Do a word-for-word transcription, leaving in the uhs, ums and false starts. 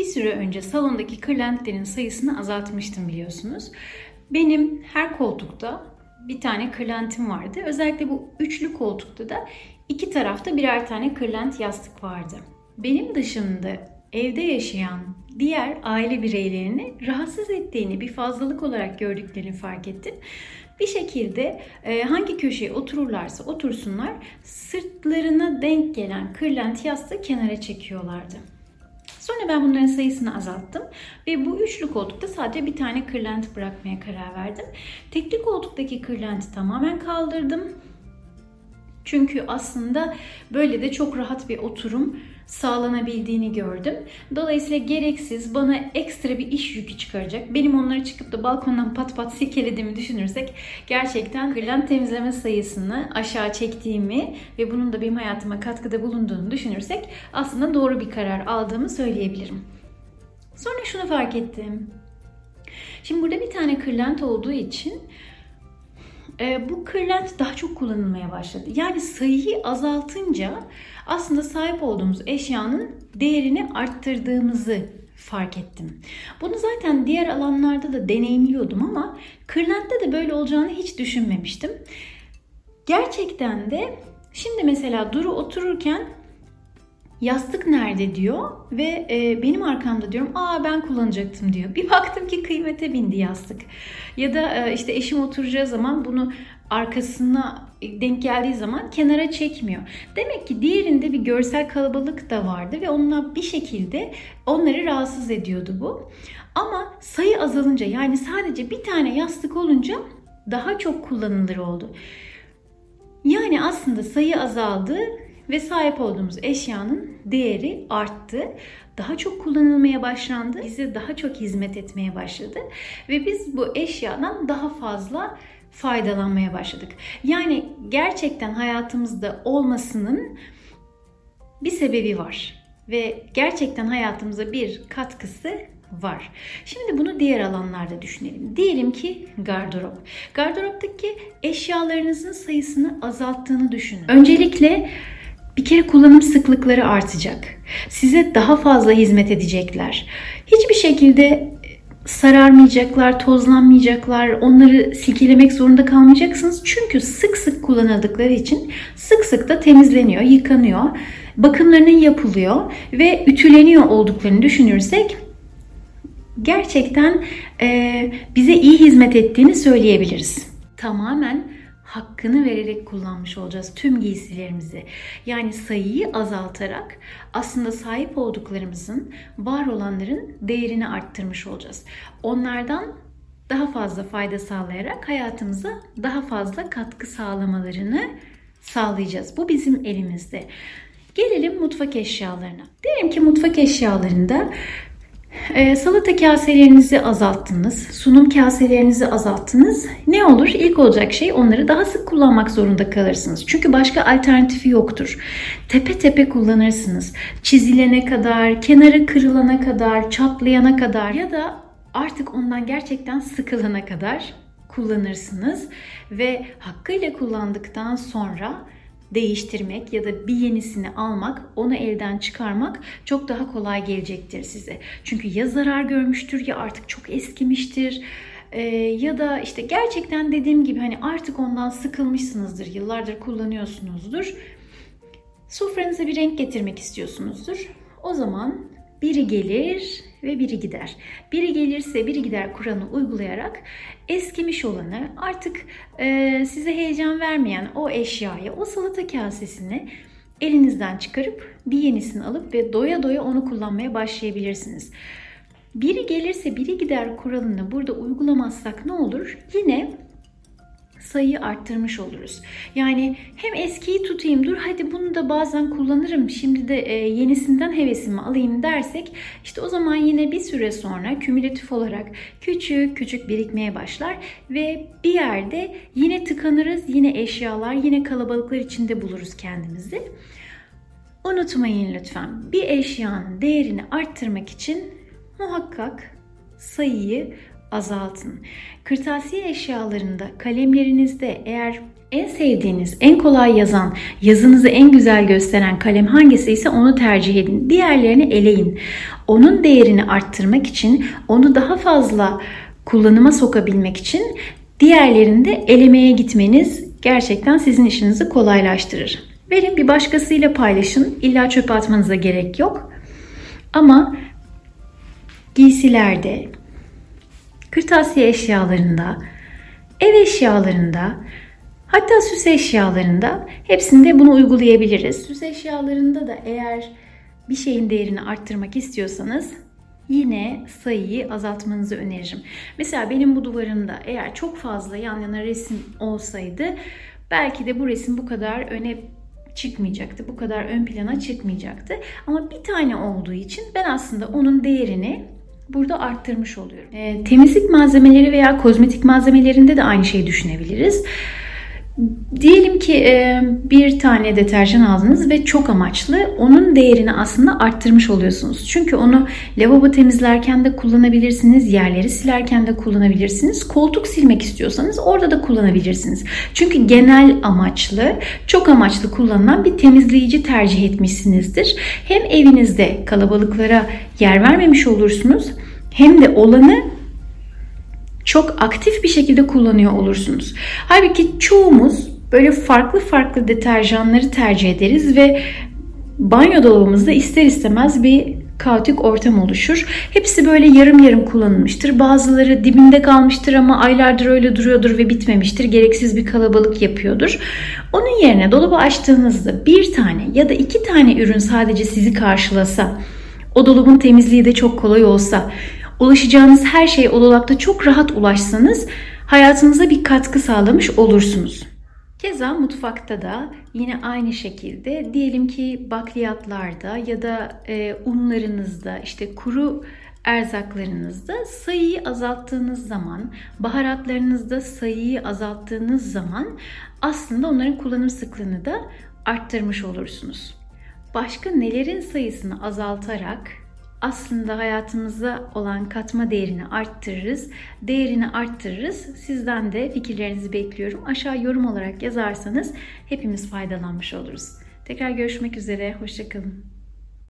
süre önce salondaki kırlentlerin sayısını azaltmıştım biliyorsunuz. Benim her koltukta bir tane kırlentim vardı. Özellikle bu üçlü koltukta da iki tarafta birer tane kırlent yastık vardı. Benim dışımda evde yaşayan diğer aile bireylerini rahatsız ettiğini, bir fazlalık olarak gördüklerini fark ettim. Bir şekilde e, hangi köşeye otururlarsa otursunlar sırtlarına denk gelen kırlent yastığı kenara çekiyorlardı. Sonra ben bunların sayısını azalttım ve bu üçlü koltukta sadece bir tane kırlent bırakmaya karar verdim. Tekli koltuktaki kırlenti tamamen kaldırdım. Çünkü aslında böyle de çok rahat bir oturum sağlanabildiğini gördüm. Dolayısıyla gereksiz bana ekstra bir iş yükü çıkaracak. Benim onları çıkıp da balkondan pat pat silkelediğimi düşünürsek gerçekten kırlent temizleme sayısını aşağı çektiğimi ve bunun da benim hayatıma katkıda bulunduğunu düşünürsek aslında doğru bir karar aldığımı söyleyebilirim. Sonra şunu fark ettim. Şimdi burada bir tane kırlent olduğu için E, bu kırlent daha çok kullanılmaya başladı. Yani sayıyı azaltınca aslında sahip olduğumuz eşyanın değerini arttırdığımızı fark ettim. Bunu zaten diğer alanlarda da deneyimliyordum ama kırlentte de böyle olacağını hiç düşünmemiştim. Gerçekten de şimdi mesela Duru otururken yastık nerede diyor ve e, benim arkamda diyorum aa ben kullanacaktım diyor. Bir baktım ki kıymete bindi yastık. Ya da e, işte eşim oturacağı zaman bunu arkasına denk geldiği zaman kenara çekmiyor. Demek ki diğerinde bir görsel kalabalık da vardı ve onunla bir şekilde onları rahatsız ediyordu bu. Ama sayı azalınca yani sadece bir tane yastık olunca daha çok kullanılır oldu. Yani aslında sayı azaldı ve sahip olduğumuz eşyanın değeri arttı. Daha çok kullanılmaya başlandı. Bize daha çok hizmet etmeye başladı. Ve biz bu eşyadan daha fazla faydalanmaya başladık. Yani gerçekten hayatımızda olmasının bir sebebi var. Ve gerçekten hayatımıza bir katkısı var. Şimdi bunu diğer alanlarda düşünelim. Diyelim ki gardırop. Gardıroptaki eşyalarınızın sayısını azalttığını düşünün. Öncelikle bir kere kullanım sıklıkları artacak. Size daha fazla hizmet edecekler. Hiçbir şekilde sararmayacaklar, tozlanmayacaklar, onları silkelemek zorunda kalmayacaksınız. Çünkü sık sık kullanıldıkları için sık sık da temizleniyor, yıkanıyor, bakımlarının yapılıyor ve ütüleniyor olduklarını düşünürsek gerçekten e, bize iyi hizmet ettiğini söyleyebiliriz. Tamamen hakkını vererek kullanmış olacağız tüm giysilerimizi. Yani sayıyı azaltarak aslında sahip olduklarımızın, var olanların değerini arttırmış olacağız. Onlardan daha fazla fayda sağlayarak hayatımıza daha fazla katkı sağlamalarını sağlayacağız. Bu bizim elimizde. Gelelim mutfak eşyalarına. Diyelim ki mutfak eşyalarında Ee, salata kaselerinizi azalttınız, sunum kaselerinizi azalttınız. Ne olur? İlk olacak şey onları daha sık kullanmak zorunda kalırsınız. Çünkü başka alternatifi yoktur. Tepe tepe kullanırsınız. Çizilene kadar, kenarı kırılana kadar, çatlayana kadar ya da artık ondan gerçekten sıkılana kadar kullanırsınız. Ve hakkıyla kullandıktan sonra değiştirmek ya da bir yenisini almak, onu elden çıkarmak çok daha kolay gelecektir size. Çünkü ya zarar görmüştür ya artık çok eskimiştir ee, ya da işte gerçekten dediğim gibi hani artık ondan sıkılmışsınızdır, yıllardır kullanıyorsunuzdur. Sofranıza bir renk getirmek istiyorsunuzdur. O zaman biri gelir ve biri gider. Biri gelirse biri gider kuralını uygulayarak eskimiş olanı, artık e, size heyecan vermeyen o eşyayı, o salata kasesini elinizden çıkarıp bir yenisini alıp ve doya doya onu kullanmaya başlayabilirsiniz. Biri gelirse biri gider kuralını burada uygulamazsak ne olur? Yine sayıyı arttırmış oluruz. Yani hem eskiyi tutayım, dur hadi bunu da bazen kullanırım, şimdi de e, yenisinden hevesimi alayım dersek işte o zaman yine bir süre sonra kümülatif olarak küçük küçük birikmeye başlar ve bir yerde yine tıkanırız, yine eşyalar, yine kalabalıklar içinde buluruz kendimizi. Unutmayın lütfen, bir eşyanın değerini arttırmak için muhakkak sayıyı azaltın. Kırtasiye eşyalarında, kalemlerinizde eğer En sevdiğiniz, en kolay yazan, yazınızı en güzel gösteren kalem hangisi ise onu tercih edin. Diğerlerini eleyin. Onun değerini arttırmak için, onu daha fazla kullanıma sokabilmek için diğerlerini de elemeye gitmeniz gerçekten sizin işinizi kolaylaştırır. Verin, bir başkasıyla paylaşın. İlla çöpe atmanıza gerek yok. Ama giysilerde, kırtasiye eşyalarında, ev eşyalarında, hatta süs eşyalarında hepsinde bunu uygulayabiliriz. Süs eşyalarında da eğer bir şeyin değerini arttırmak istiyorsanız yine sayıyı azaltmanızı öneririm. Mesela benim bu duvarımda eğer çok fazla yan yana resim olsaydı belki de bu resim bu kadar öne çıkmayacaktı. Bu kadar ön plana çıkmayacaktı. Ama bir tane olduğu için ben aslında onun değerini burada arttırmış oluyorum. E, temizlik malzemeleri veya kozmetik malzemelerinde de aynı şeyi düşünebiliriz. Diyelim ki e, bir tane deterjan aldınız ve çok amaçlı, onun değerini aslında arttırmış oluyorsunuz. Çünkü onu lavabo temizlerken de kullanabilirsiniz, yerleri silerken de kullanabilirsiniz, koltuk silmek istiyorsanız orada da kullanabilirsiniz. Çünkü genel amaçlı, çok amaçlı kullanılan bir temizleyici tercih etmişsinizdir. Hem evinizde kalabalıklara yer vermemiş olursunuz, hem de olanı çok aktif bir şekilde kullanıyor olursunuz. Halbuki çoğumuz böyle farklı farklı deterjanları tercih ederiz ve banyo dolabımızda ister istemez bir kaotik ortam oluşur. Hepsi böyle yarım yarım kullanılmıştır. Bazıları dibinde kalmıştır ama aylardır öyle duruyordur ve bitmemiştir. Gereksiz bir kalabalık yapıyordur. Onun yerine dolabı açtığınızda bir tane ya da iki tane ürün sadece sizi karşılasa, o dolabın temizliği de çok kolay olsa, ulaşacağınız her şeye o dolapta çok rahat ulaşsanız hayatınıza bir katkı sağlamış olursunuz. Keza mutfakta da yine aynı şekilde, diyelim ki bakliyatlarda ya da e, unlarınızda, işte kuru erzaklarınızda sayıyı azalttığınız zaman, baharatlarınızda sayıyı azalttığınız zaman aslında onların kullanım sıklığını da arttırmış olursunuz. Başka nelerin sayısını azaltarak aslında hayatımıza olan katma değerini arttırırız, değerini arttırırız. Sizden de fikirlerinizi bekliyorum. Aşağı yorum olarak yazarsanız hepimiz faydalanmış oluruz. Tekrar görüşmek üzere, hoşça kalın.